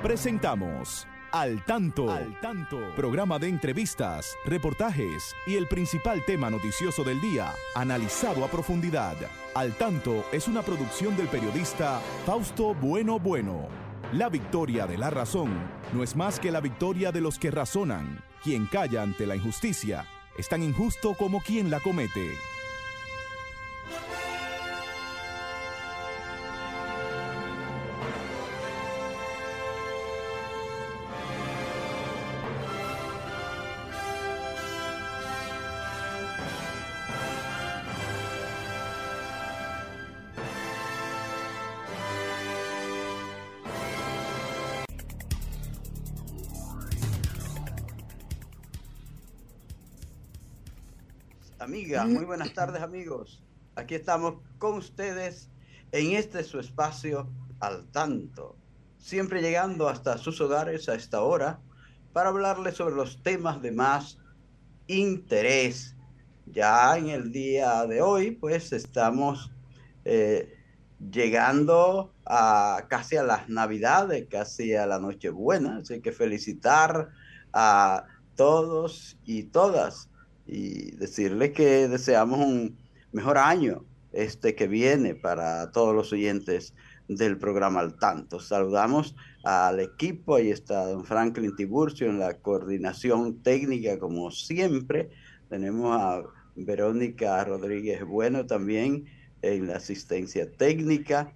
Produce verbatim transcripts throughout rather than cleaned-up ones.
Presentamos Al Tanto, Al Tanto, programa de entrevistas, reportajes y el principal tema noticioso del día, analizado a profundidad. Al Tanto es una producción del periodista Fausto Bueno Bueno. La victoria de la razón no es más que la victoria de los que razonan. Quien calla ante la injusticia es tan injusto como quien la comete. Amigas, muy buenas tardes, amigos. Aquí estamos con ustedes en este su espacio Al Tanto, siempre llegando hasta sus hogares a esta hora para hablarles sobre los temas de más interés. Ya en el día de hoy, pues estamos eh, llegando a casi a las Navidades, casi a la Nochebuena, así que felicitar a todos y todas y decirles que deseamos un mejor año este que viene para todos los oyentes del programa Al Tanto. Saludamos al equipo, ahí está don Franklin Tiburcio en la coordinación técnica como siempre. Tenemos a Verónica Rodríguez Bueno también en la asistencia técnica,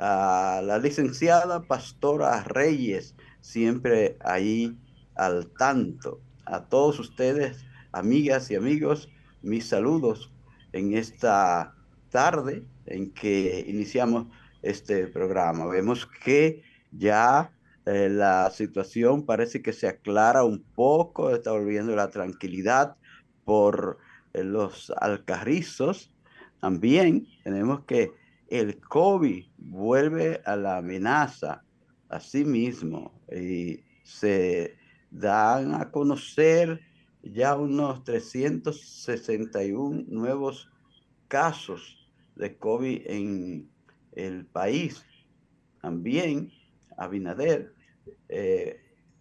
a la licenciada Pastora Reyes, siempre ahí al tanto. A todos ustedes, amigas y amigos, mis saludos en esta tarde en que iniciamos este programa. Vemos que ya eh, la situación parece que se aclara un poco, está volviendo la tranquilidad por eh, los Alcarrizos. También tenemos que el COVID vuelve a la amenaza a sí mismo y se dan a conocer ya unos trescientos sesenta y uno nuevos casos de COVID en el país. También Abinader eh,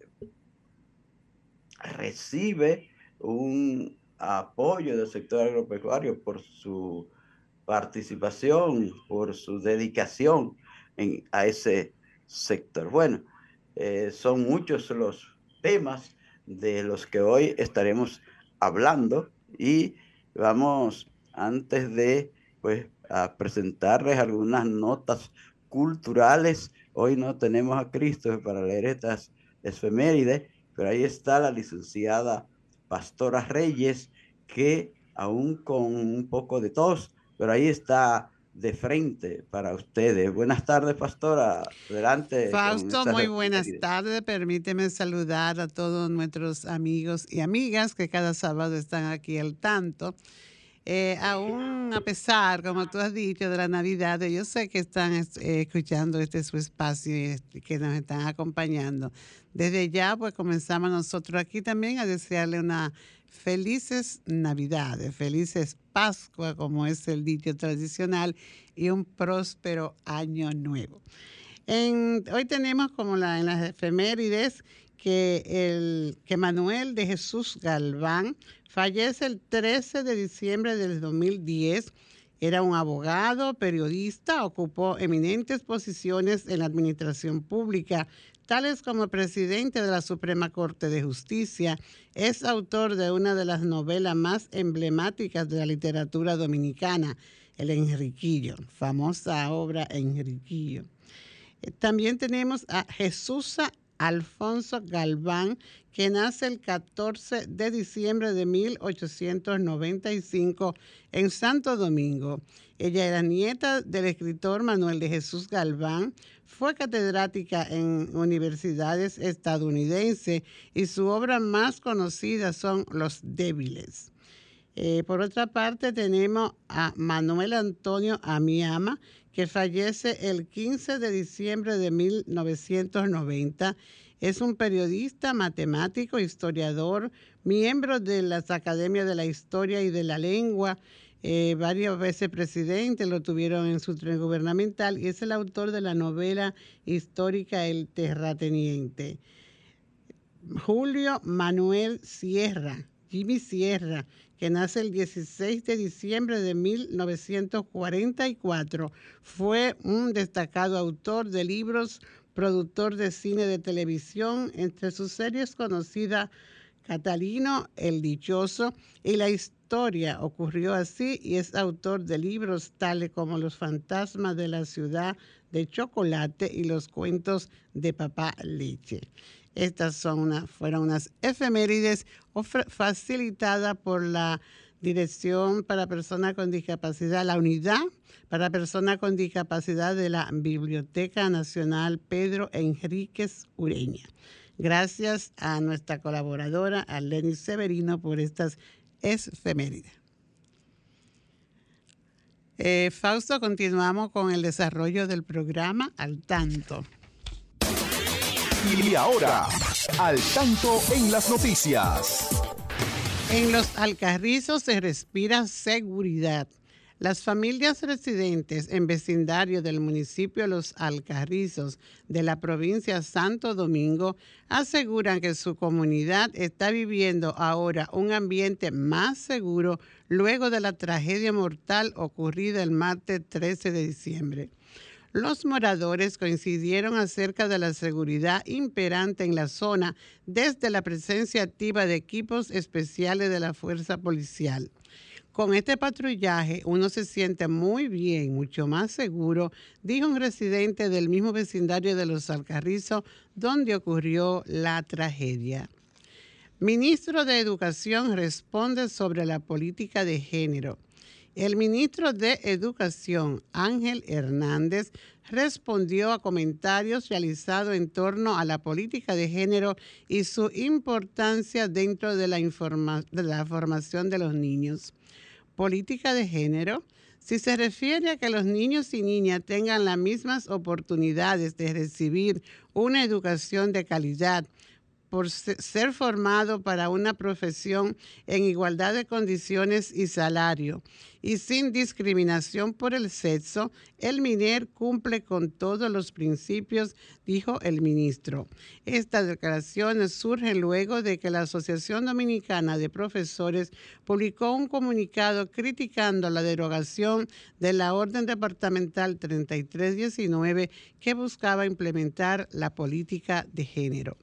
recibe un apoyo del sector agropecuario por su participación, por su dedicación en, a ese sector. Bueno, eh, son muchos los temas de los que hoy estaremos hablando y vamos, antes de pues, a presentarles algunas notas culturales. Hoy no tenemos a Cristo para leer estas efemérides, pero ahí está la licenciada Pastora Reyes, que aún con un poco de tos, pero ahí está de frente para ustedes. Buenas tardes, Pastora. Adelante con Fausto, esas muy buenas efemérides. tardes. Permíteme saludar a todos nuestros amigos y amigas que cada sábado están aquí al tanto. Eh, aún a pesar, como tú has dicho, de la Navidad, yo sé que están eh, escuchando este su espacio y este, que nos están acompañando. Desde ya, pues comenzamos nosotros aquí también a desearle una felices Navidades, felices Pascua, como es el dicho tradicional, y un próspero año nuevo. En, hoy tenemos como la, en las efemérides que, el, que Manuel de Jesús Galván fallece el trece de diciembre del dos mil diez. Era un abogado, periodista, ocupó eminentes posiciones en la administración pública, tales como presidente de la Suprema Corte de Justicia. Es autor de una de las novelas más emblemáticas de la literatura dominicana, El Enriquillo, famosa obra Enriquillo. También tenemos a Jesús Alfonso Galván, que nace el catorce de diciembre de mil ochocientos noventa y cinco en Santo Domingo. Ella era nieta del escritor Manuel de Jesús Galván, fue catedrática en universidades estadounidenses y su obra más conocida son Los Débiles. Eh, por otra parte, tenemos a Manuel Antonio Amiama, que fallece el quince de diciembre de mil novecientos noventa. Es un periodista, matemático, historiador, miembro de las Academias de la Historia y de la Lengua. eh, varias veces presidente, lo tuvieron en su tren gubernamental y es el autor de la novela histórica El Terrateniente. Julio Manuel Sierra, Jimmy Sierra, que nace el dieciséis de diciembre de mil novecientos cuarenta y cuatro, fue un destacado autor de libros, productor de cine, de televisión, entre sus series conocida Catalino el Dichoso y La Historia ocurrió así, y es autor de libros tales como Los fantasmas de la ciudad de chocolate y Los cuentos de Papá Leche. Estas son una, fueron unas efemérides facilitadas por la Dirección para Personas con Discapacidad, la Unidad para Personas con Discapacidad de la Biblioteca Nacional Pedro Enríquez Ureña. Gracias a nuestra colaboradora, Arlenis Severino, por estas efemérides. Eh, Fausto, continuamos con el desarrollo del programa Al Tanto. Y ahora, Al Tanto en las noticias. En Los Alcarrizos se respira seguridad. Las familias residentes en vecindario del municipio Los Alcarrizos de la provincia Santo Domingo aseguran que su comunidad está viviendo ahora un ambiente más seguro luego de la tragedia mortal ocurrida el martes trece de diciembre. Los moradores coincidieron acerca de la seguridad imperante en la zona desde la presencia activa de equipos especiales de la fuerza policial. Con este patrullaje uno se siente muy bien, mucho más seguro, dijo un residente del mismo vecindario de Los Alcarrizos donde ocurrió la tragedia. Ministro de Educación responde sobre la política de género. El ministro de Educación, Ángel Hernández, respondió a comentarios realizados en torno a la política de género y su importancia dentro de la, informa- de la formación de los niños. Política de género, si se refiere a que los niños y niñas tengan las mismas oportunidades de recibir una educación de calidad, por ser formado para una profesión en igualdad de condiciones y salario y sin discriminación por el sexo, el MINER cumple con todos los principios, dijo el ministro. Estas declaraciones surgen luego de que la Asociación Dominicana de Profesores publicó un comunicado criticando la derogación de la Orden Departamental treinta y tres diecinueve que buscaba implementar la política de género.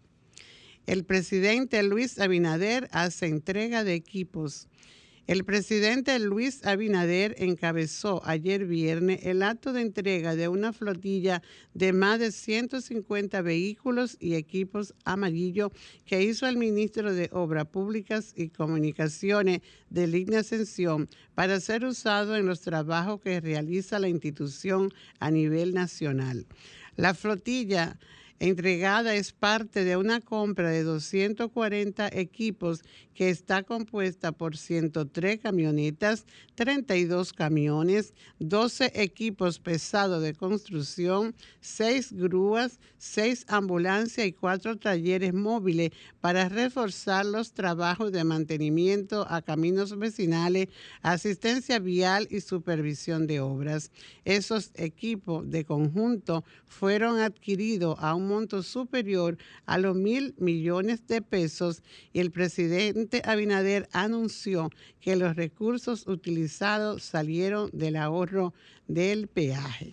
El presidente Luis Abinader hace entrega de equipos. El presidente Luis Abinader encabezó ayer viernes el acto de entrega de una flotilla de más de ciento cincuenta vehículos y equipos amarillos que hizo el ministro de Obras Públicas y Comunicaciones de Ligna Ascensión para ser usado en los trabajos que realiza la institución a nivel nacional. La flotilla entregada es parte de una compra de doscientos cuarenta equipos que está compuesta por ciento tres camionetas, treinta y dos camiones, doce equipos pesados de construcción, seis grúas, seis ambulancias y cuatro talleres móviles para reforzar los trabajos de mantenimiento a caminos vecinales, asistencia vial y supervisión de obras. Esos equipos de conjunto fueron adquiridos a un monto superior a los mil millones de pesos y el presidente Abinader anunció que los recursos utilizados salieron del ahorro del peaje.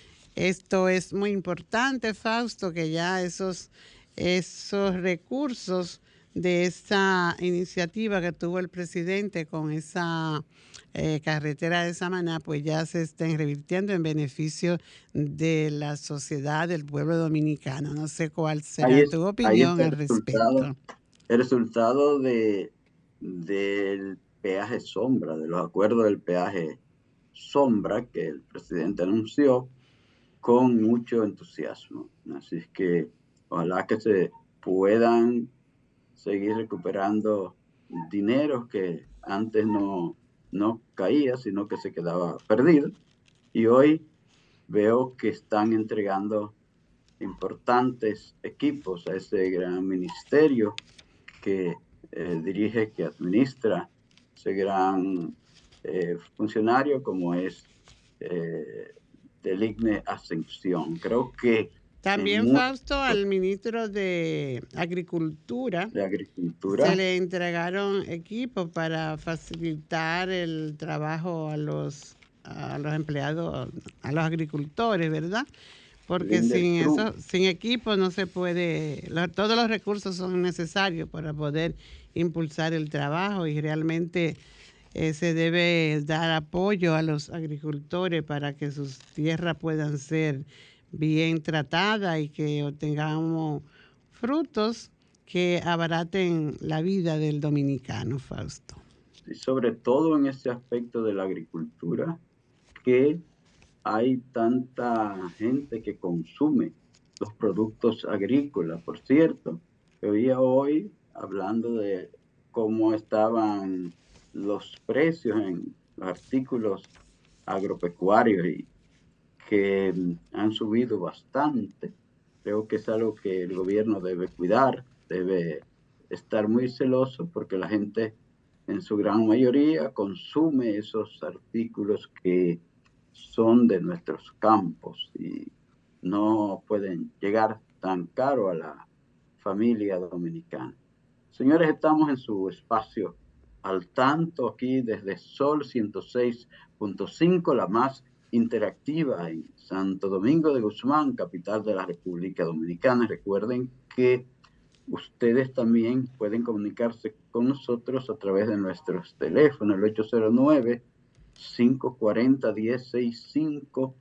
Esto es muy importante, Fausto, que ya esos, esos recursos de esa iniciativa que tuvo el presidente con esa eh, carretera de Samaná, pues ya se estén revirtiendo en beneficio de la sociedad, del pueblo dominicano. No sé cuál será es, tu opinión al respecto. El resultado de, del peaje sombra, de los acuerdos del peaje sombra que el presidente anunció con mucho entusiasmo. Así es que ojalá que se puedan seguir recuperando dinero que antes no, no caía, sino que se quedaba perdido. Y hoy veo que están entregando importantes equipos a ese gran ministerio que eh, dirige, que administra ese gran eh, funcionario como es eh, del I G N E Ascensión. Creo que También, Fausto, al ministro de Agricultura, de Agricultura se le entregaron equipos para facilitar el trabajo a los, a los empleados, a los agricultores, ¿verdad? Porque sin eso, sin equipos no se puede, lo, todos los recursos son necesarios para poder impulsar el trabajo y realmente eh, se debe dar apoyo a los agricultores para que sus tierras puedan ser bien tratadas y que obtengamos frutos que abaraten la vida del dominicano, Fausto. Y sobre todo en ese aspecto de la agricultura, que hay tanta gente que consume los productos agrícolas. Por cierto, oía hoy hablando de cómo estaban los precios en los artículos agropecuarios y que han subido bastante. Creo que es algo que el gobierno debe cuidar, debe estar muy celoso porque la gente en su gran mayoría consume esos artículos que son de nuestros campos y no pueden llegar tan caro a la familia dominicana. Señores, estamos en su espacio Al Tanto, aquí desde Sol ciento seis punto cinco, la más interactiva en Santo Domingo de Guzmán, capital de la República Dominicana. Recuerden que ustedes también pueden comunicarse con nosotros a través de nuestros teléfonos, el ocho cero nueve, cinco cuatro cero, uno cero seis cinco,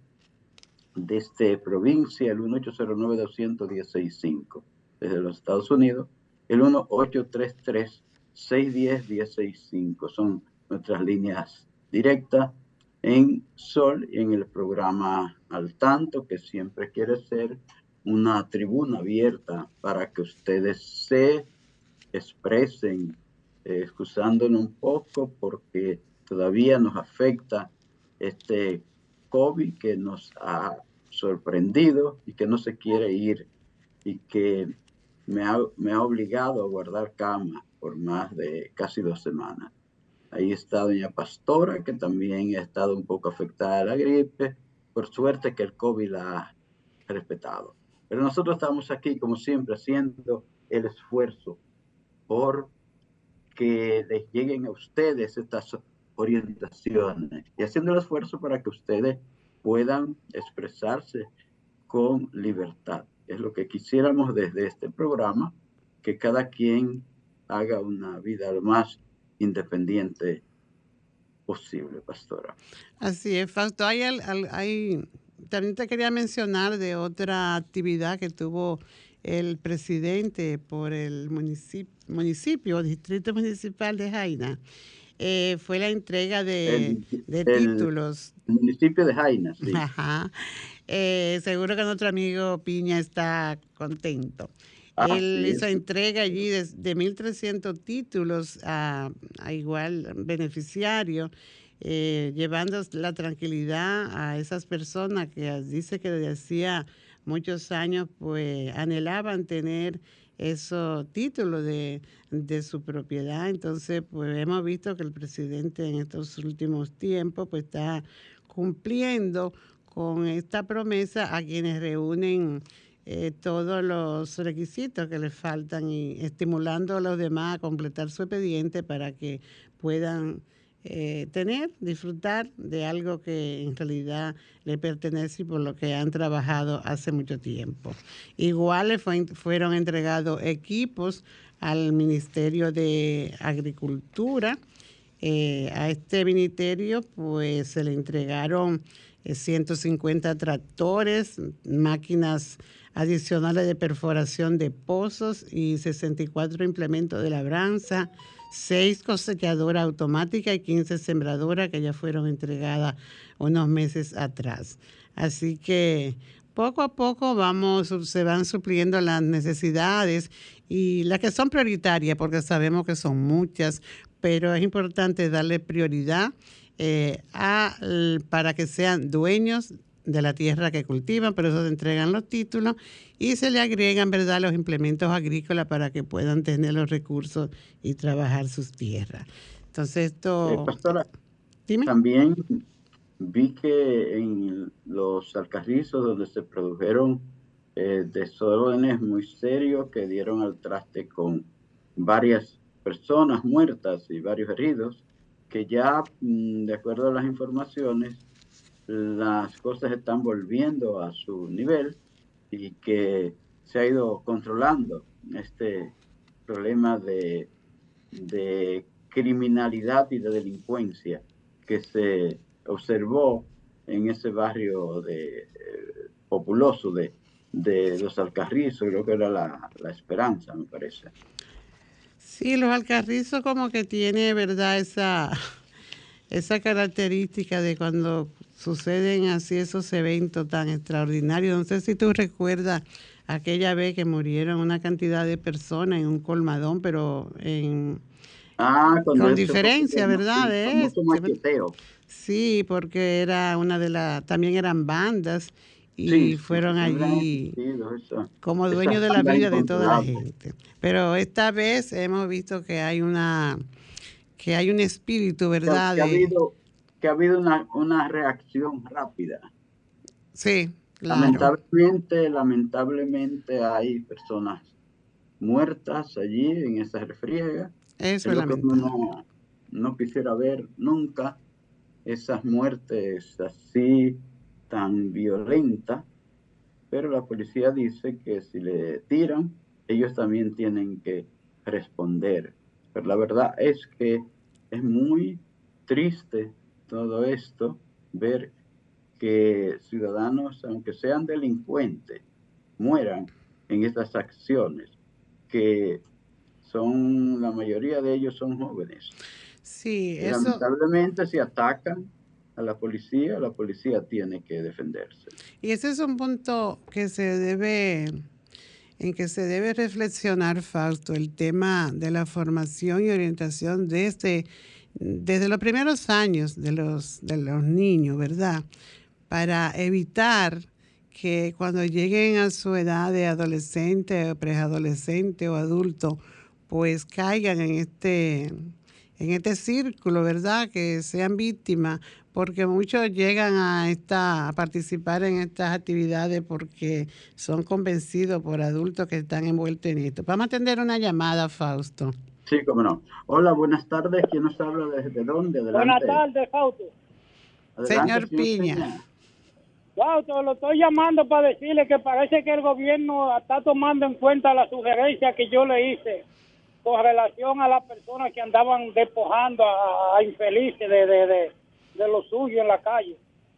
desde provincia, el uno ocho cero nueve, dos uno cero, uno cero seis cinco, desde los Estados Unidos, el uno ocho tres tres, seis uno cero, uno cero seis cinco, son nuestras líneas directas en Sol y en el programa Al Tanto, que siempre quiere ser una tribuna abierta para que ustedes se expresen, eh, excusándonos un poco porque todavía nos afecta este COVID que nos ha sorprendido y que no se quiere ir y que me ha, me ha obligado a guardar cama por más de casi dos semanas. Ahí está doña Pastora, que también ha estado un poco afectada a la gripe. Por suerte que el COVID la ha respetado. Pero nosotros estamos aquí, como siempre, haciendo el esfuerzo por que les lleguen a ustedes estas orientaciones y haciendo el esfuerzo para que ustedes puedan expresarse con libertad. Es lo que quisiéramos desde este programa, que cada quien haga una vida lo más independiente posible, Pastora. Así es, Fausto. Hay, hay, también te quería mencionar de otra actividad que tuvo el presidente por el municipio, municipio Distrito Municipal de Jaina. Eh, fue la entrega de, el, de el, títulos. El municipio de Jaina, sí. Ajá. Eh, seguro que nuestro amigo Piña está contento. Ah, Él sí, hizo sí. entrega allí de, de mil trescientos títulos a, a igual beneficiario, eh, llevando la tranquilidad a esas personas que dice que desde hacía muchos años pues anhelaban tener esos títulos de, de su propiedad. Entonces, pues hemos visto que el presidente en estos últimos tiempos pues está cumpliendo con esta promesa a quienes reúnen eh, todos los requisitos que les faltan y estimulando a los demás a completar su expediente para que puedan eh, tener, disfrutar de algo que en realidad le pertenece y por lo que han trabajado hace mucho tiempo. Igual le fue, fueron entregados equipos al Ministerio de Agricultura. Eh, a este ministerio pues se le entregaron ciento cincuenta tractores, máquinas adicionales de perforación de pozos y sesenta y cuatro implementos de labranza, seis cosechadoras automáticas y quince sembradoras que ya fueron entregadas unos meses atrás. Así que poco a poco vamos, se van supliendo las necesidades y las que son prioritarias, porque sabemos que son muchas, pero es importante darle prioridad eh, a, para que sean dueños de la tierra que cultivan, por eso se entregan los títulos y se le agregan, ¿verdad?, los implementos agrícolas para que puedan tener los recursos y trabajar sus tierras. Entonces esto... Eh, pastora, Dime. También vi que en los Alcarrizos, donde se produjeron eh, desórdenes muy serios que dieron al traste con varias personas muertas y varios heridos, que ya, de acuerdo a las informaciones, las cosas están volviendo a su nivel y que se ha ido controlando este problema de, de criminalidad y de delincuencia que se observó en ese barrio de, eh, populoso de, de los Alcarrizos, creo que era la, la Esperanza, me parece. Sí, los Alcarrizos como que tiene, ¿verdad? Esa, esa característica de cuando suceden así esos eventos tan extraordinarios. No sé si tú recuerdas aquella vez que murieron una cantidad de personas en un colmadón, pero en, ah, con diferencia, ¿verdad? Sí, de famoso este. maqueteo. Sí, porque era una de las, también eran bandas y sí, fueron sí, allí eso, como dueños de la vida de toda la gente. Pero esta vez hemos visto que hay una que hay un espíritu, ¿verdad? Que, que ha habido, que ha habido una, una reacción rápida. Sí, claro. Lamentablemente, lamentablemente hay personas muertas allí en esa refriega. Eso es es lo que uno lamentable. no, no quisiera ver nunca, esas muertes así tan violentas, pero la policía dice que si le tiran, ellos también tienen que responder. Pero la verdad es que es muy triste todo esto, ver que ciudadanos, aunque sean delincuentes, mueran en estas acciones, que son, la mayoría de ellos son jóvenes. Sí, y eso. Lamentablemente, si atacan a la policía, la policía tiene que defenderse. Y ese es un punto que se debe, en que se debe reflexionar, Fausto, el tema de la formación y orientación desde, desde los primeros años de los, de los niños, ¿verdad? Para evitar que cuando lleguen a su edad de adolescente, preadolescente o adulto, pues caigan en este, en este círculo, ¿verdad? Que sean víctimas, porque muchos llegan a, esta, a participar en estas actividades porque son convencidos por adultos que están envueltos en esto. Vamos a atender una llamada, Fausto. Sí, cómo no. Hola, buenas tardes. ¿Quién nos habla? ¿Desde dónde? Adelante. Buenas tardes, Fausto. Adelante, señor, señor Piña. Piña. Fausto, lo estoy llamando para decirle que parece que el gobierno está tomando en cuenta la sugerencia que yo le hice con relación a las personas que andaban despojando a, a infelices de, de, de, de lo suyo en la calle.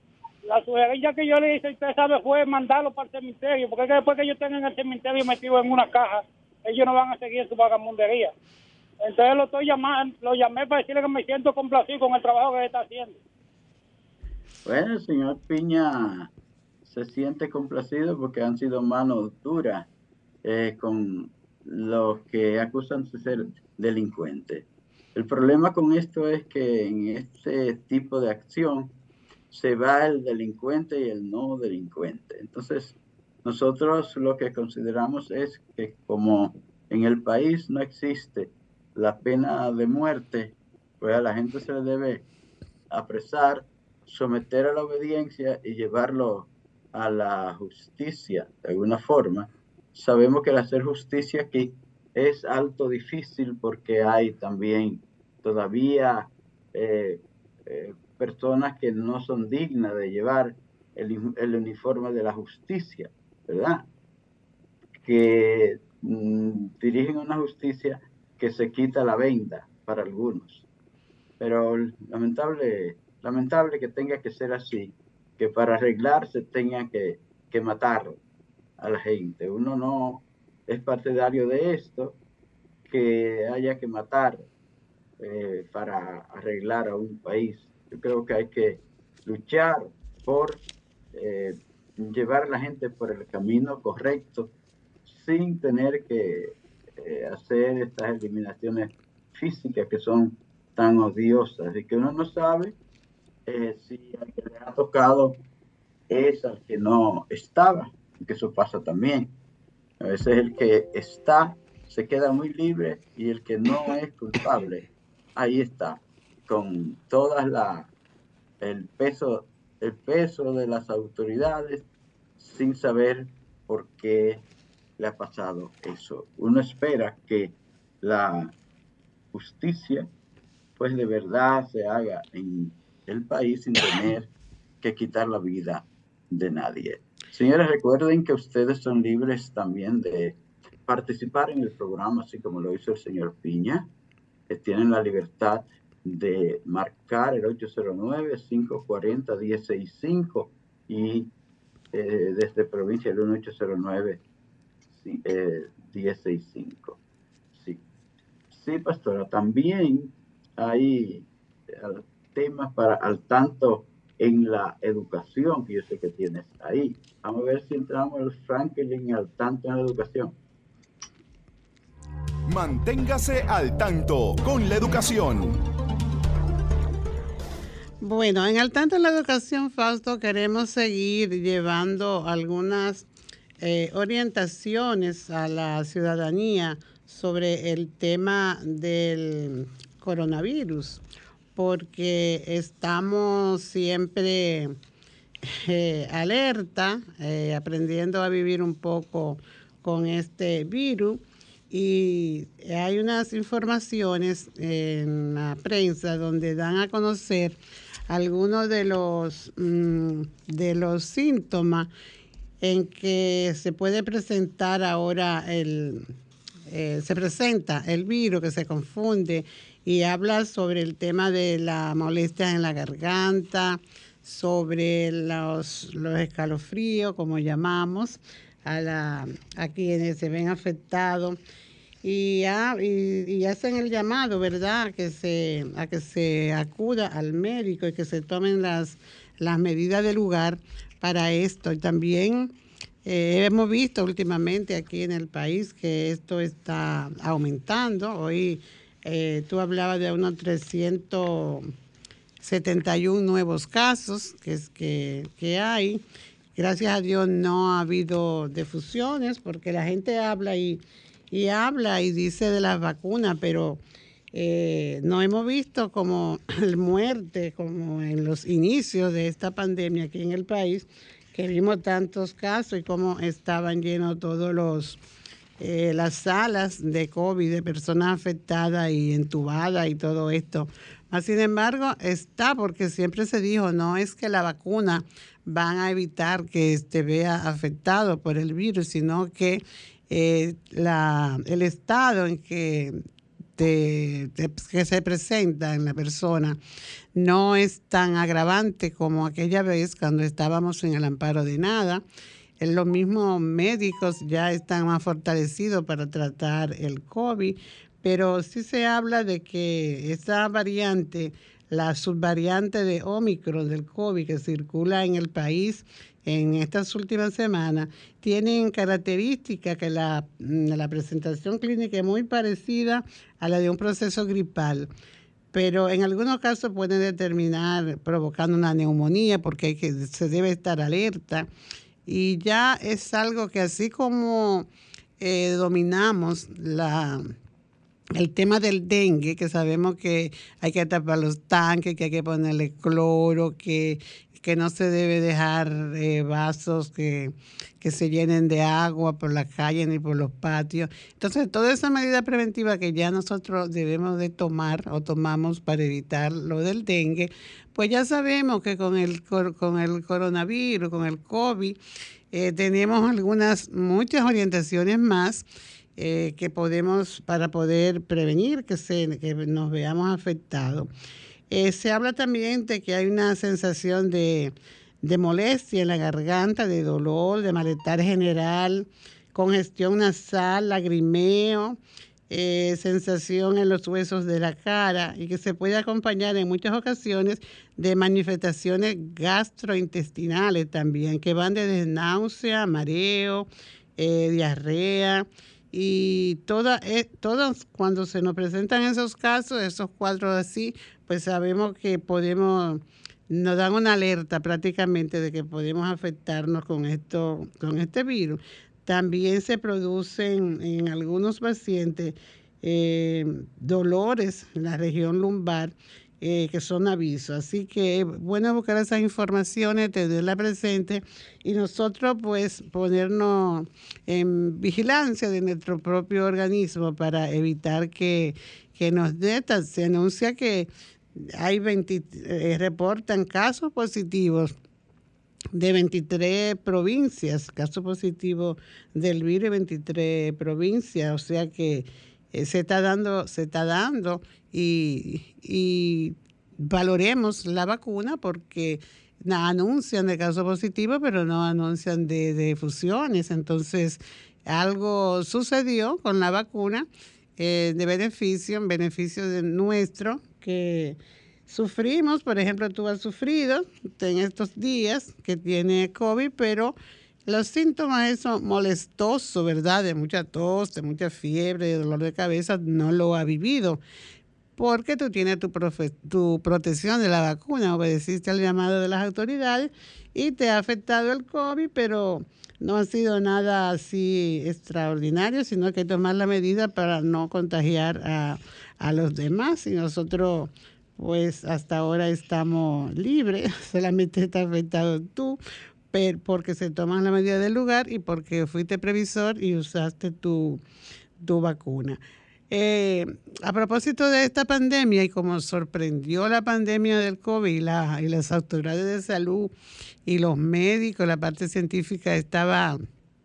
La sugerencia que yo le hice, usted sabe, fue mandarlo para el cementerio, porque es que después que ellos estén en el cementerio metidos en una caja, ellos no van a seguir su vagamundería. Entonces lo estoy llamando, lo llamé para decirle que me siento complacido con el trabajo que él está haciendo. Bueno, el señor Piña se siente complacido porque han sido manos duras eh, con los que acusan de ser delincuentes. El problema con esto es que en este tipo de acción se va el delincuente y el no delincuente. Entonces, nosotros lo que consideramos es que como en el país no existe la pena de muerte, pues a la gente se le debe apresar, someter a la obediencia y llevarlo a la justicia de alguna forma. Sabemos que el hacer justicia aquí es algo difícil porque hay también todavía eh, eh, personas que no son dignas de llevar el, el uniforme de la justicia, ¿verdad? Que mmm, dirigen una justicia que se quita la venda para algunos. Pero lamentable, lamentable que tenga que ser así, que para arreglarse tenga que, que matar a la gente. Uno no es partidario de esto, que haya que matar eh, para arreglar a un país. Yo creo que hay que luchar por eh, llevar a la gente por el camino correcto sin tener que eh, hacer estas eliminaciones físicas que son tan odiosas y que uno no sabe eh, si al que le ha tocado es al que no estaba, que eso pasa también. A veces el que está se queda muy libre y el que no es culpable, ahí está, con todas las el peso, el peso de las autoridades sin saber por qué le ha pasado eso. Uno espera que la justicia pues de verdad se haga en el país sin tener que quitar la vida de nadie. Señores, recuerden que ustedes son libres también de participar en el programa, así como lo hizo el señor Piña, que tienen la libertad de marcar el ocho cero nueve, cinco cuatro cero, uno cero seis cinco y eh, desde provincia el uno ocho cero nueve, eh, uno cero seis cinco. Sí. Sí, pastora, también hay temas para al tanto en la educación que yo sé que tienes ahí. Vamos a ver si entramos el Franklin al tanto en la educación. Manténgase al tanto con la educación. Bueno, en Al Tanto en la Educación, Fausto, queremos seguir llevando algunas eh, orientaciones a la ciudadanía sobre el tema del coronavirus, porque estamos siempre eh, alerta, eh, aprendiendo a vivir un poco con este virus. Y hay unas informaciones en la prensa donde dan a conocer algunos de los, mmm, de los síntomas en que se puede presentar ahora el, eh, se presenta el virus, que se confunde y habla sobre el tema de la molestia en la garganta, sobre los, los escalofríos, como llamamos, a, la, a quienes se ven afectados. Y, ah, y, y hacen el llamado, ¿verdad?, a que se, a que se acuda al médico y que se tomen las, las medidas del lugar para esto. Y también eh, hemos visto últimamente aquí en el país que esto está aumentando. Hoy eh, tú hablabas de unos trescientos setenta y uno nuevos casos que, es que, que hay. Gracias a Dios no ha habido defusiones porque la gente habla y... y habla y dice de las vacunas, pero eh, no hemos visto como muerte, como en los inicios de esta pandemia aquí en el país, que vimos tantos casos y cómo estaban llenos todos los eh, las salas de COVID de personas afectadas y entubadas y todo esto. Mas, sin embargo, está porque siempre se dijo, no es que la vacuna van a evitar que te vea afectado por el virus, sino que Eh, la, el estado en que, te, te, que se presenta en la persona no es tan agravante como aquella vez cuando estábamos en el amparo de nada. Los mismos médicos ya están más fortalecidos para tratar el COVID, pero sí se habla de que esa variante, la subvariante de Omicron del COVID que circula en el país en estas últimas semanas, tienen características que la, la presentación clínica es muy parecida a la de un proceso gripal, pero en algunos casos pueden determinar provocando una neumonía porque hay que, se debe estar alerta. Y ya es algo que así como eh, dominamos la... el tema del dengue, que sabemos que hay que tapar los tanques, que hay que ponerle cloro, que, que no se debe dejar eh, vasos que, que se llenen de agua por la calle ni por los patios. Entonces, toda esa medida preventiva que ya nosotros debemos de tomar o tomamos para evitar lo del dengue, pues ya sabemos que con el, con el coronavirus, con el COVID, eh, tenemos algunas, muchas orientaciones más Eh, que podemos para poder prevenir que, se, que nos veamos afectados. Eh, se habla también de que hay una sensación de, de molestia en la garganta, de dolor, de malestar general, congestión nasal, lagrimeo, eh, sensación en los huesos de la cara y que se puede acompañar en muchas ocasiones de manifestaciones gastrointestinales también, que van desde náusea, mareo, eh, diarrea. Y todas, eh, todas cuando se nos presentan esos casos, esos cuadros así, pues sabemos que podemos, nos dan una alerta prácticamente de que podemos afectarnos con esto, con este virus. También se producen en algunos pacientes eh, dolores en la región lumbar eh, que son avisos. Así que es bueno buscar esas informaciones, tenerlas presentes y nosotros pues ponernos en vigilancia de nuestro propio organismo para evitar que, que nos dé. Se anuncia que hay veinte, eh, reportan casos positivos de veintitrés provincias, casos positivos del virus, veintitrés provincias, o sea que eh, se está dando, se está dando y, y valoremos la vacuna porque na, anuncian de casos positivos, pero no anuncian de, de fusiones. Entonces, algo sucedió con la vacuna eh, de beneficio, en beneficio de nuestro, que sufrimos. Por ejemplo, tú has sufrido en estos días que tiene COVID, pero los síntomas son molestosos, ¿verdad? De mucha tos, de mucha fiebre, de dolor de cabeza, no lo ha vivido. Porque tú tienes tu, profe, tu protección de la vacuna, obedeciste al llamado de las autoridades y te ha afectado el COVID, pero no ha sido nada así extraordinario, sino que hay que tomar la medida para no contagiar a, a los demás. Y nosotros, pues hasta ahora estamos libres, solamente está afectado tú, pero porque se toman la medida del lugar y porque fuiste previsor y usaste tu, tu vacuna. Eh, a propósito de esta pandemia y como sorprendió la pandemia del COVID y, la, y las autoridades de salud y los médicos, la parte científica estaba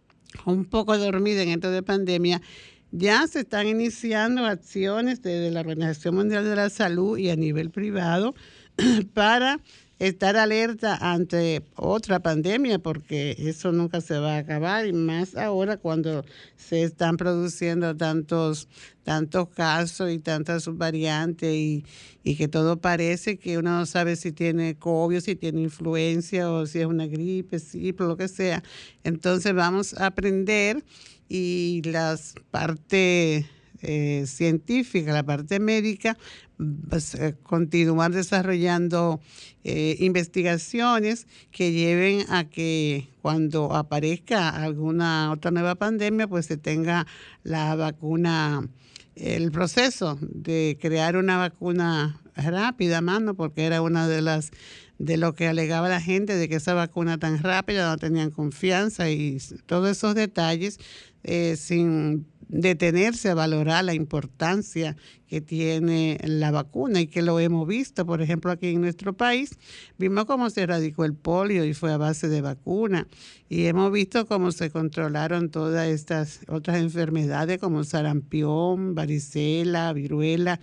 un poco dormida en esto de pandemia, ya se están iniciando acciones desde la Organización Mundial de la Salud y a nivel privado para estar alerta ante otra pandemia, porque eso nunca se va a acabar, y más ahora cuando se están produciendo tantos tantos casos y tantas subvariantes y, y que todo parece que uno no sabe si tiene COVID, si tiene influencia o si es una gripe, sí, por lo que sea. Entonces vamos a aprender y las partes eh, científicas, la parte médica, pues, eh, continuar desarrollando eh, investigaciones que lleven a que cuando aparezca alguna otra nueva pandemia, pues se tenga la vacuna, el proceso de crear una vacuna rápida, mano, porque era una de las de lo que alegaba la gente, de que esa vacuna tan rápida no tenían confianza y todos esos detalles, eh, sin detenerse a valorar la importancia que tiene la vacuna y que lo hemos visto, por ejemplo, aquí en nuestro país, vimos cómo se erradicó el polio y fue a base de vacuna, y hemos visto cómo se controlaron todas estas otras enfermedades como sarampión, varicela, viruela,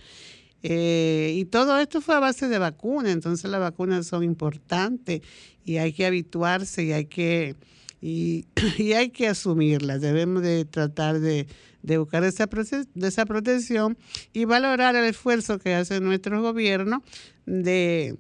eh, y todo esto fue a base de vacuna. Entonces las vacunas son importantes y hay que habituarse y hay que y, y hay que asumirlas. Debemos de tratar de de buscar esa, de esa protección y valorar el esfuerzo que hace nuestro gobierno de,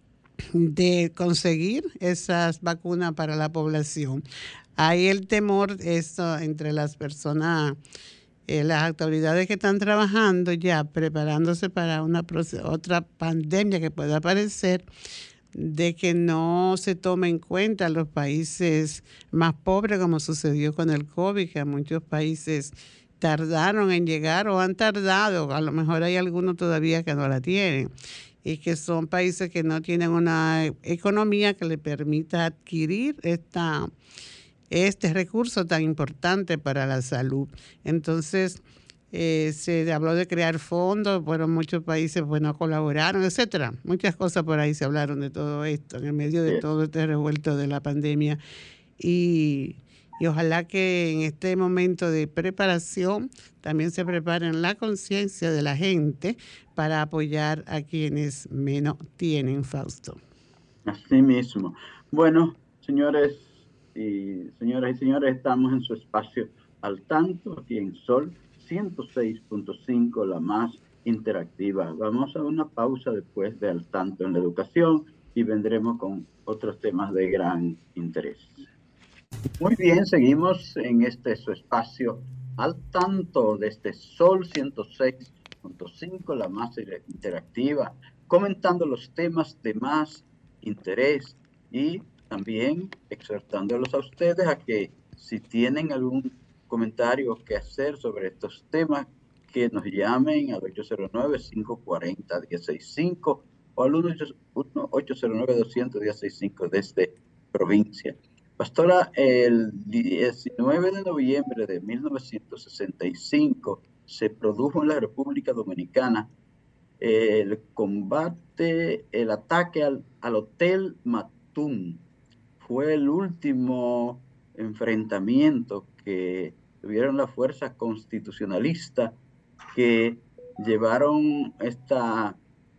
de conseguir esas vacunas para la población. Hay el temor esto entre las personas, eh, las autoridades que están trabajando ya, preparándose para una otra pandemia que pueda aparecer, de que no se tome en cuenta los países más pobres, como sucedió con el COVID, que a muchos países tardaron en llegar o han tardado, a lo mejor hay algunos todavía que no la tienen, y que son países que no tienen una economía que le permita adquirir esta, este recurso tan importante para la salud. Entonces, eh, se habló de crear fondos, bueno, muchos países bueno, colaboraron, etcétera. Muchas cosas por ahí se hablaron de todo esto, en el medio de todo este revuelto de la pandemia. Y... Y ojalá que en este momento de preparación también se preparen la conciencia de la gente para apoyar a quienes menos tienen, Fausto. Así mismo. Bueno, señores y señoras y señores, estamos en su espacio Al Tanto, aquí en Sol ciento seis punto cinco, la más interactiva. Vamos a una pausa después de Al Tanto en la educación y vendremos con otros temas de gran interés. Muy bien, seguimos en este su espacio Al Tanto desde Sol ciento seis punto cinco, la más interactiva, comentando los temas de más interés y también exhortándolos a ustedes a que si tienen algún comentario que hacer sobre estos temas, que nos llamen al ocho cero nueve, cinco cuatro cero, uno cero seis cinco o al uno ocho cero nueve, dos cero cero, uno seis cinco desde provincia. Pastora, el diecinueve de noviembre de mil novecientos sesenta y cinco se produjo en la República Dominicana el combate, el ataque al, al Hotel Matún. Fue el último enfrentamiento que tuvieron las fuerzas constitucionalistas que llevaron esta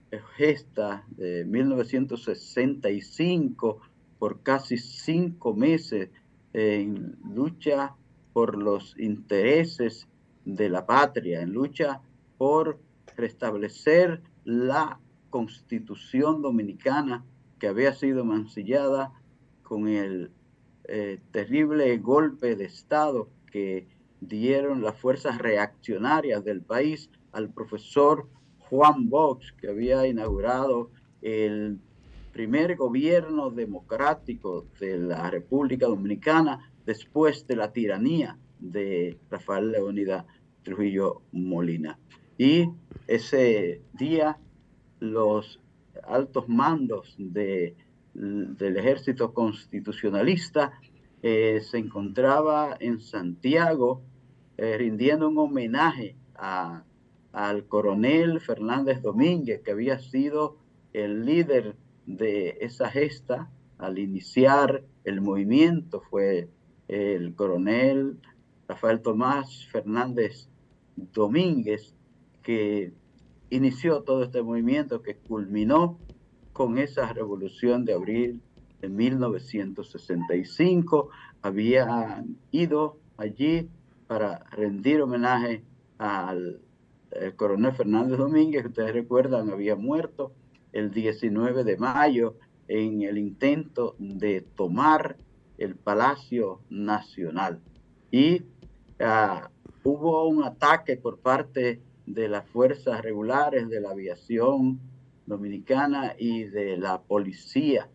gesta de mil novecientos sesenta y cinco por casi cinco meses en lucha por los intereses de la patria, en lucha por restablecer la Constitución dominicana que había sido mancillada con el eh, terrible golpe de Estado que dieron las fuerzas reaccionarias del país al profesor Juan Bosch, que había inaugurado el primer gobierno democrático de la República Dominicana después de la tiranía de Rafael Leónidas Trujillo Molina. Y ese día los altos mandos de, del ejército constitucionalista eh, se encontraba en Santiago eh, rindiendo un homenaje a, al coronel Fernández Domínguez, que había sido el líder de esa gesta al iniciar el movimiento. Fue el coronel Rafael Tomás Fernández Domínguez que inició todo este movimiento que culminó con esa revolución de abril de mil novecientos sesenta y cinco. Habían ido allí para rendir homenaje al coronel Fernández Domínguez, que ustedes recuerdan había muerto el diecinueve de mayo en el intento de tomar el Palacio Nacional. Y uh, hubo un ataque por parte de las fuerzas regulares de la aviación dominicana y de la policía.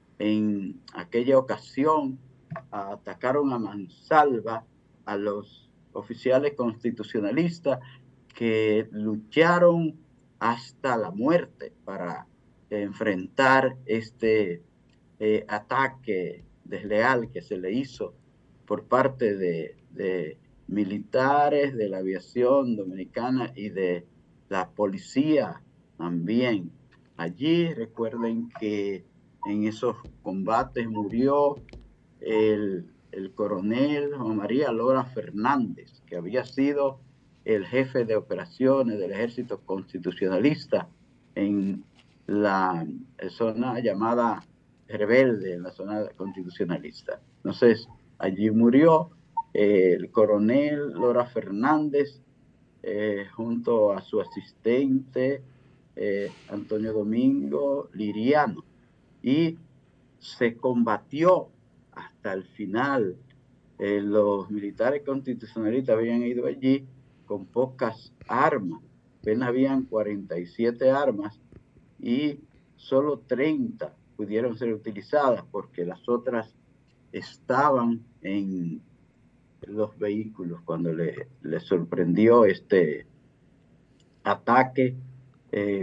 En aquella ocasión uh, atacaron a mansalva a los oficiales constitucionalistas que lucharon hasta la muerte para enfrentar este eh, ataque desleal que se le hizo por parte de, de militares de la aviación dominicana y de la policía también. Allí recuerden que en esos combates murió el, el coronel Juan María Lora Fernández, que había sido el jefe de operaciones del ejército constitucionalista en la zona llamada rebelde, en la zona constitucionalista. Entonces, allí murió eh, el coronel Lora Fernández eh, junto a su asistente eh, Antonio Domingo Liriano, y se combatió hasta el final. Eh, los militares constitucionalistas habían ido allí con pocas armas, apenas habían cuarenta y siete armas y solo treinta pudieron ser utilizadas porque las otras estaban en los vehículos cuando le, le sorprendió este ataque eh,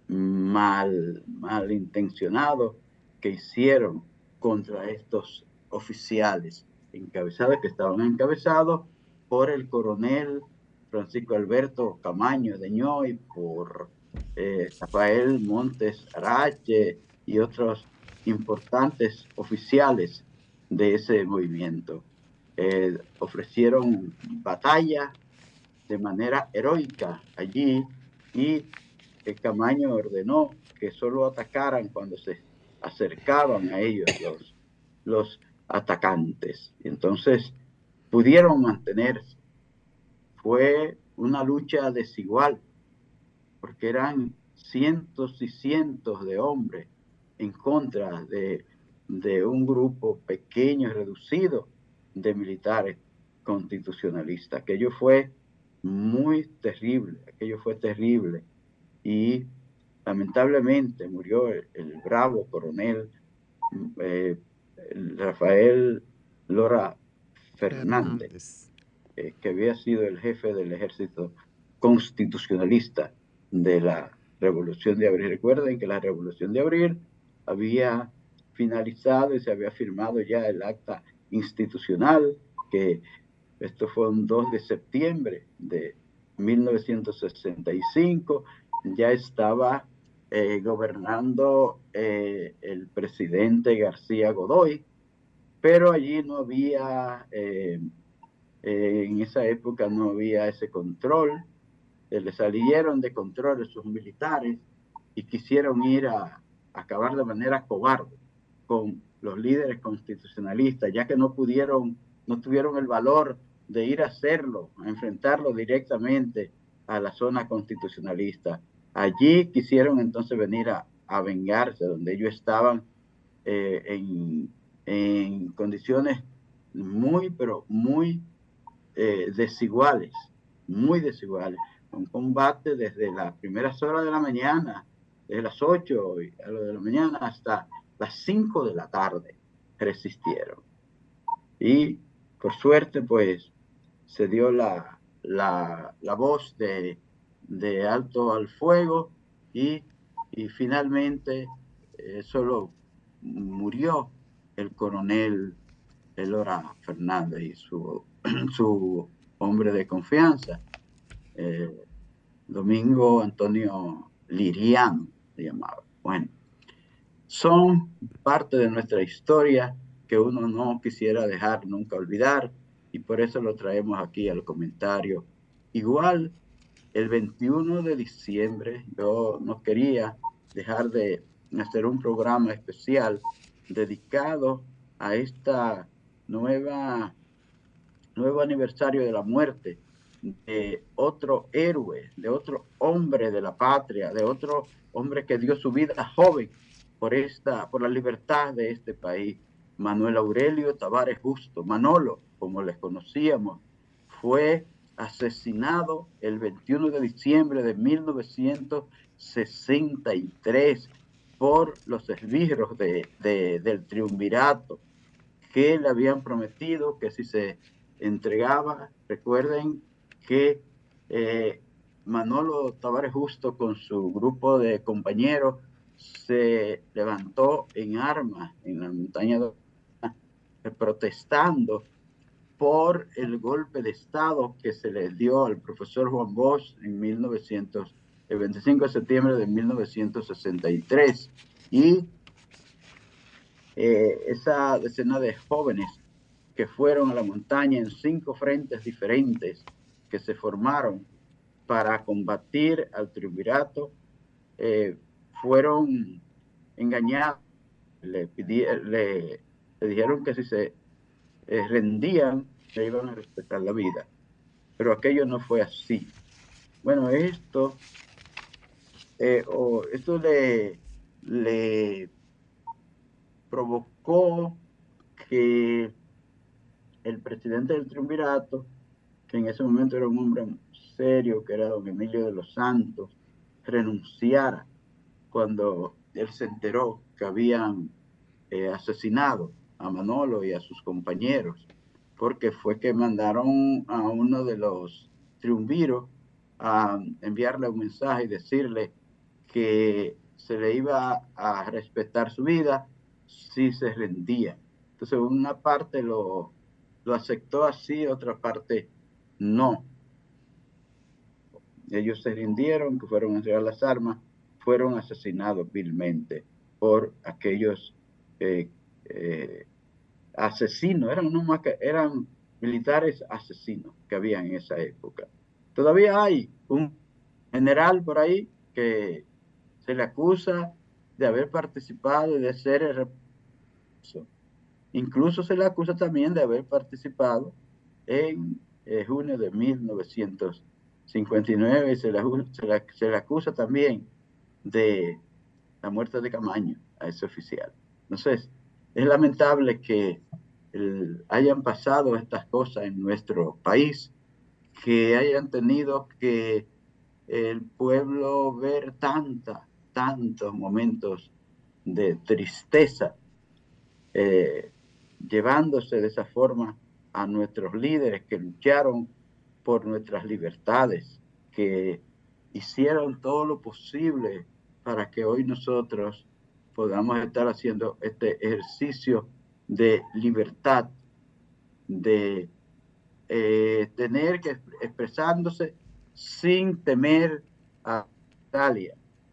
mal, malintencionado que hicieron contra estos oficiales encabezados, que estaban encabezados por el coronel Francisco Alberto Camaño de Ñoy, por eh, Rafael Montes Arache y otros importantes oficiales de ese movimiento. Eh, ofrecieron batalla de manera heroica allí, y el Camaño ordenó que solo atacaran cuando se acercaban a ellos los, los atacantes. Entonces pudieron mantenerse. Fue una lucha desigual, porque eran cientos y cientos de hombres en contra de, de un grupo pequeño y reducido de militares constitucionalistas. Aquello fue muy terrible, aquello fue terrible. Y lamentablemente murió el, el bravo coronel eh, Rafael Lora Fernández, Fernández. Eh, que había sido el jefe del ejército constitucionalista de la Revolución de Abril. Recuerden que la Revolución de Abril había finalizado y se había firmado ya el acta institucional, que esto fue un dos de septiembre de mil novecientos sesenta y cinco, ya estaba eh, gobernando eh, el presidente García Godoy, pero allí no había, eh, eh, en esa época no había ese control, eh, le salieron de control sus militares y quisieron ir a, a acabar de manera cobarde con los líderes constitucionalistas, ya que no pudieron, no tuvieron el valor de ir a hacerlo, a enfrentarlo directamente a la zona constitucionalista. Allí quisieron entonces venir a, a vengarse, donde ellos estaban eh, en, en condiciones muy, pero muy eh, desiguales, muy desiguales. Un combate desde las primeras horas de la mañana, desde las ocho de la mañana hasta las cinco de la tarde, resistieron. Y por suerte, pues, se dio la, la, la voz de, de alto al fuego y, y finalmente eh, solo murió el coronel Elora Fernández y su, su hombre de confianza, eh, Domingo Antonio Liriano, se llamaba. Bueno, son parte de nuestra historia que uno no quisiera dejar nunca olvidar, y por eso lo traemos aquí al comentario. Igual, el veintiuno de diciembre, yo no quería dejar de hacer un programa especial dedicado a esta nueva, nuevo aniversario de la muerte de otro héroe, de otro hombre de la patria, de otro hombre que dio su vida joven por, esta, por la libertad de este país. Manuel Aurelio Tavares Justo, Manolo, como les conocíamos, fue asesinado el veintiuno de diciembre de mil novecientos sesenta y tres por los esbirros de, de, del triunvirato, que le habían prometido que si se entregaba, recuerden que eh, Manolo Tavares Justo con su grupo de compañeros se levantó en armas en la montaña de protestando por el golpe de Estado que se le dio al profesor Juan Bosch en mil novecientos, el veinticinco de septiembre de mil novecientos sesenta y tres. Y eh, esa decena de jóvenes que fueron a la montaña en cinco frentes diferentes que se formaron para combatir al triunvirato, eh, fueron engañados, le, le, le dijeron que si se eh, rendían, se iban a respetar la vida. Pero aquello no fue así. Bueno, esto, eh, oh, esto le, le provocó que el presidente del triunvirato, que en ese momento era un hombre serio, que era don Emilio de los Santos, renunciara cuando él se enteró que habían eh, asesinado a Manolo y a sus compañeros, porque fue que mandaron a uno de los triunviros a enviarle un mensaje y decirle que se le iba a respetar su vida si se rendía. Entonces una parte lo, lo aceptó así, otra parte no. Ellos se rindieron, que fueron a entregar las armas, fueron asesinados vilmente por aquellos eh, eh, asesinos, eran, no más que, eran militares asesinos que había en esa época. Todavía hay un general por ahí que se le acusa de haber participado y de ser el... Incluso se le acusa también de haber participado en eh, junio de mil novecientos cincuenta y nueve, y se le, se, le, se le acusa también de la muerte de Camaño a ese oficial. Entonces, es lamentable que el, hayan pasado estas cosas en nuestro país, que hayan tenido que el pueblo ver tanta, tantos momentos de tristeza, eh, llevándose de esa forma a nuestros líderes que lucharon por nuestras libertades, que hicieron todo lo posible para que hoy nosotros podamos estar haciendo este ejercicio de libertad, de eh, tener que expresándose sin temer a Italia.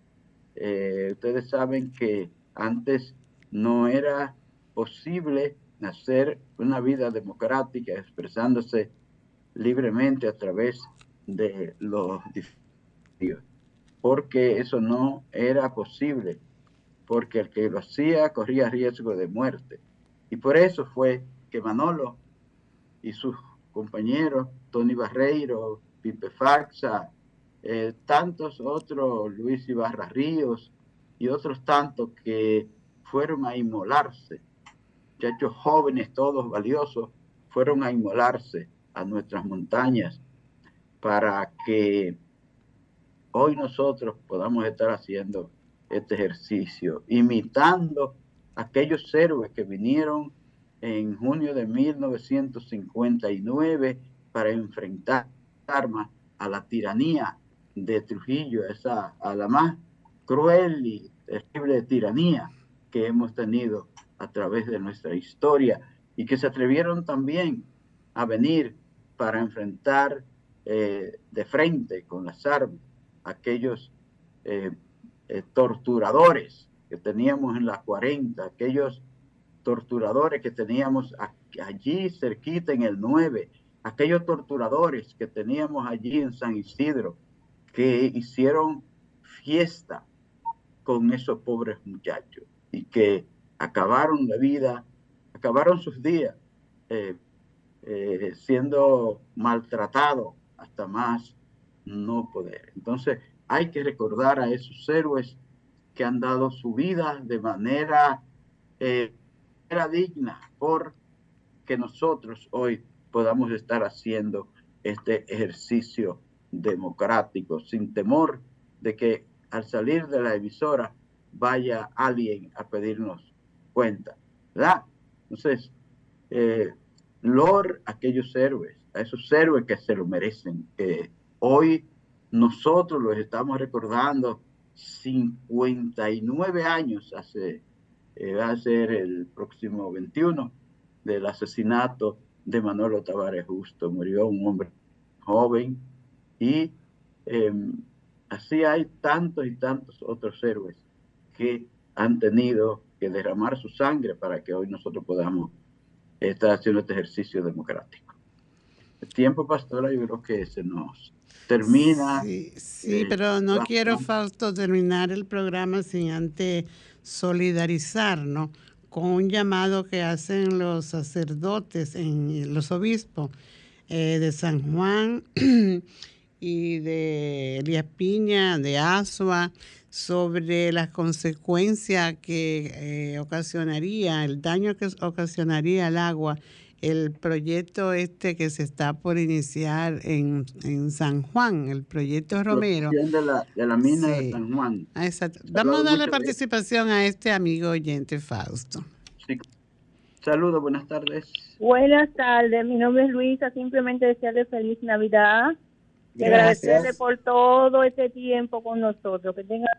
Eh, ustedes saben que antes no era posible hacer una vida democrática expresándose libremente a través de los dispositivos, porque eso no era posible, porque el que lo hacía corría riesgo de muerte. Y por eso fue que Manolo y sus compañeros, Tony Barreiro, Pipe Faxa, eh, tantos otros, Luis Ibarra Ríos y otros tantos que fueron a inmolarse, muchachos jóvenes, todos valiosos, fueron a inmolarse a nuestras montañas para que hoy nosotros podamos estar haciendo este ejercicio, imitando a aquellos héroes que vinieron en junio de mil novecientos cincuenta y nueve para enfrentar armas a la tiranía de Trujillo, esa, a la más cruel y terrible tiranía que hemos tenido a través de nuestra historia, y que se atrevieron también a venir para enfrentar eh, de frente con las armas a aquellos eh, eh, torturadores que teníamos en la cuarenta, aquellos torturadores que teníamos allí cerquita en el nueve, aquellos torturadores que teníamos allí en San Isidro, que hicieron fiesta con esos pobres muchachos y que acabaron la vida, acabaron sus días eh, eh, siendo maltratados hasta más no poder. Entonces hay que recordar a esos héroes que han dado su vida de manera, eh, manera digna, por que nosotros hoy podamos estar haciendo este ejercicio democrático sin temor de que al salir de la emisora vaya alguien a pedirnos cuenta, ¿verdad? Entonces, eh, lor a aquellos héroes, a esos héroes que se lo merecen. Eh, hoy nosotros los estamos recordando cincuenta y nueve años, hace, eh, va a ser el próximo veintiuno, del asesinato de Manolo Tavares Justo. Murió un hombre joven y eh, así hay tantos y tantos otros héroes que han tenido que derramar su sangre para que hoy nosotros podamos estar haciendo este ejercicio democrático. El tiempo, pastora, yo creo que se nos termina. Sí, sí eh, pero no la... quiero, Fausto, terminar el programa sin antes solidarizarnos con un llamado que hacen los sacerdotes, en los obispos eh, de San Juan y de Elías Piña, de Azua, sobre las consecuencias que eh, ocasionaría, el daño que ocasionaría al agua, el proyecto este que se está por iniciar en, en San Juan, el proyecto Romero. De la, de la mina sí. de San Juan. Exacto. Vamos a darle participación a este amigo oyente, Fausto. Sí. Saludos, buenas tardes. Buenas tardes, mi nombre es Luisa, simplemente desearle feliz Navidad y agradecerle por todo este tiempo con nosotros, que tenga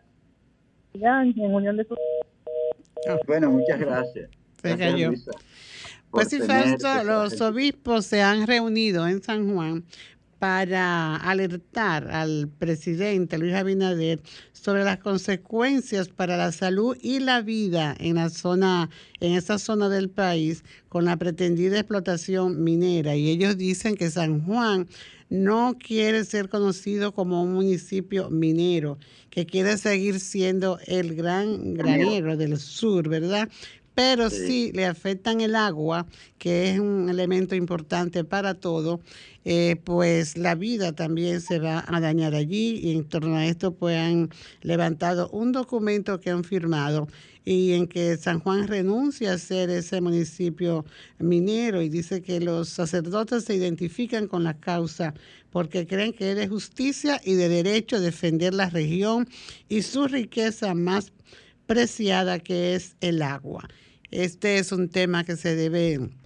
en unión de su... Bueno, muchas gracias. gracias Luisa, pues sí, Fausto, los obispos se han reunido en San Juan para alertar al presidente Luis Abinader sobre las consecuencias para la salud y la vida en la zona, en esa zona del país con la pretendida explotación minera. Y ellos dicen que San Juan no quiere ser conocido como un municipio minero, que quiere seguir siendo el gran granero del sur, ¿verdad? Pero sí. sí le afectan el agua, que es un elemento importante para todo, eh, pues la vida también se va a dañar allí, y en torno a esto pues han levantado un documento que han firmado y en que San Juan renuncia a ser ese municipio minero, y dice que los sacerdotes se identifican con la causa porque creen que es de justicia y de derecho defender la región y su riqueza más preciada, que es el agua. Este es un tema que se debe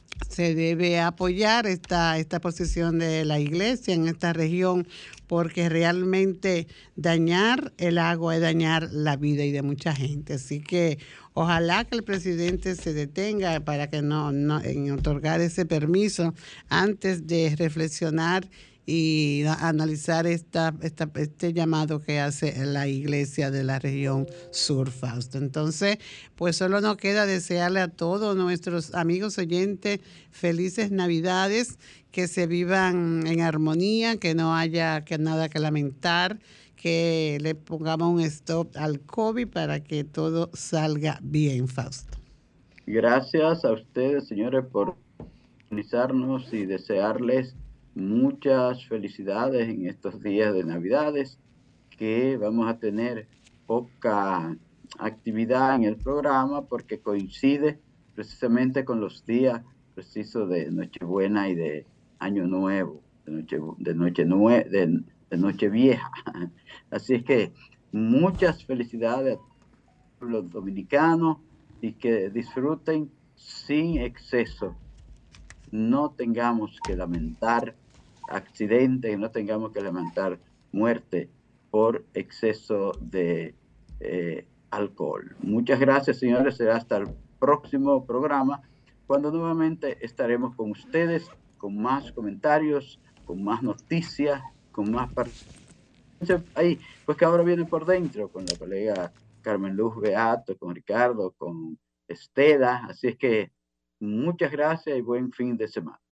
se debe apoyar esta, esta posición de la iglesia en esta región, porque realmente dañar el agua es dañar la vida y de mucha gente. Así que ojalá que el presidente se detenga para que no, no en otorgar ese permiso antes de reflexionar y analizar esta, esta, este llamado que hace la iglesia de la región sur, Fausto. Entonces, pues solo nos queda desearle a todos nuestros amigos oyentes felices Navidades, que se vivan en armonía, que no haya que nada que lamentar, que le pongamos un stop al COVID para que todo salga bien, Fausto. Gracias a ustedes, señores, por organizarnos y desearles muchas felicidades en estos días de Navidades, que vamos a tener poca actividad en el programa porque coincide precisamente con los días precisos de Nochebuena y de Año Nuevo, de Noche, de noche, nue, de, de Nochevieja. Así es que muchas felicidades a los dominicanos y que disfruten sin exceso. No tengamos que lamentar accidentes, no tengamos que lamentar muerte por exceso de eh, alcohol. Muchas gracias, señores. Será hasta el próximo programa, cuando nuevamente estaremos con ustedes con más comentarios, con más noticias, con más participación. Ahí, pues que ahora viene por dentro con la colega Carmen Luz Beato, con Ricardo, con Estela. Así es que muchas gracias y buen fin de semana.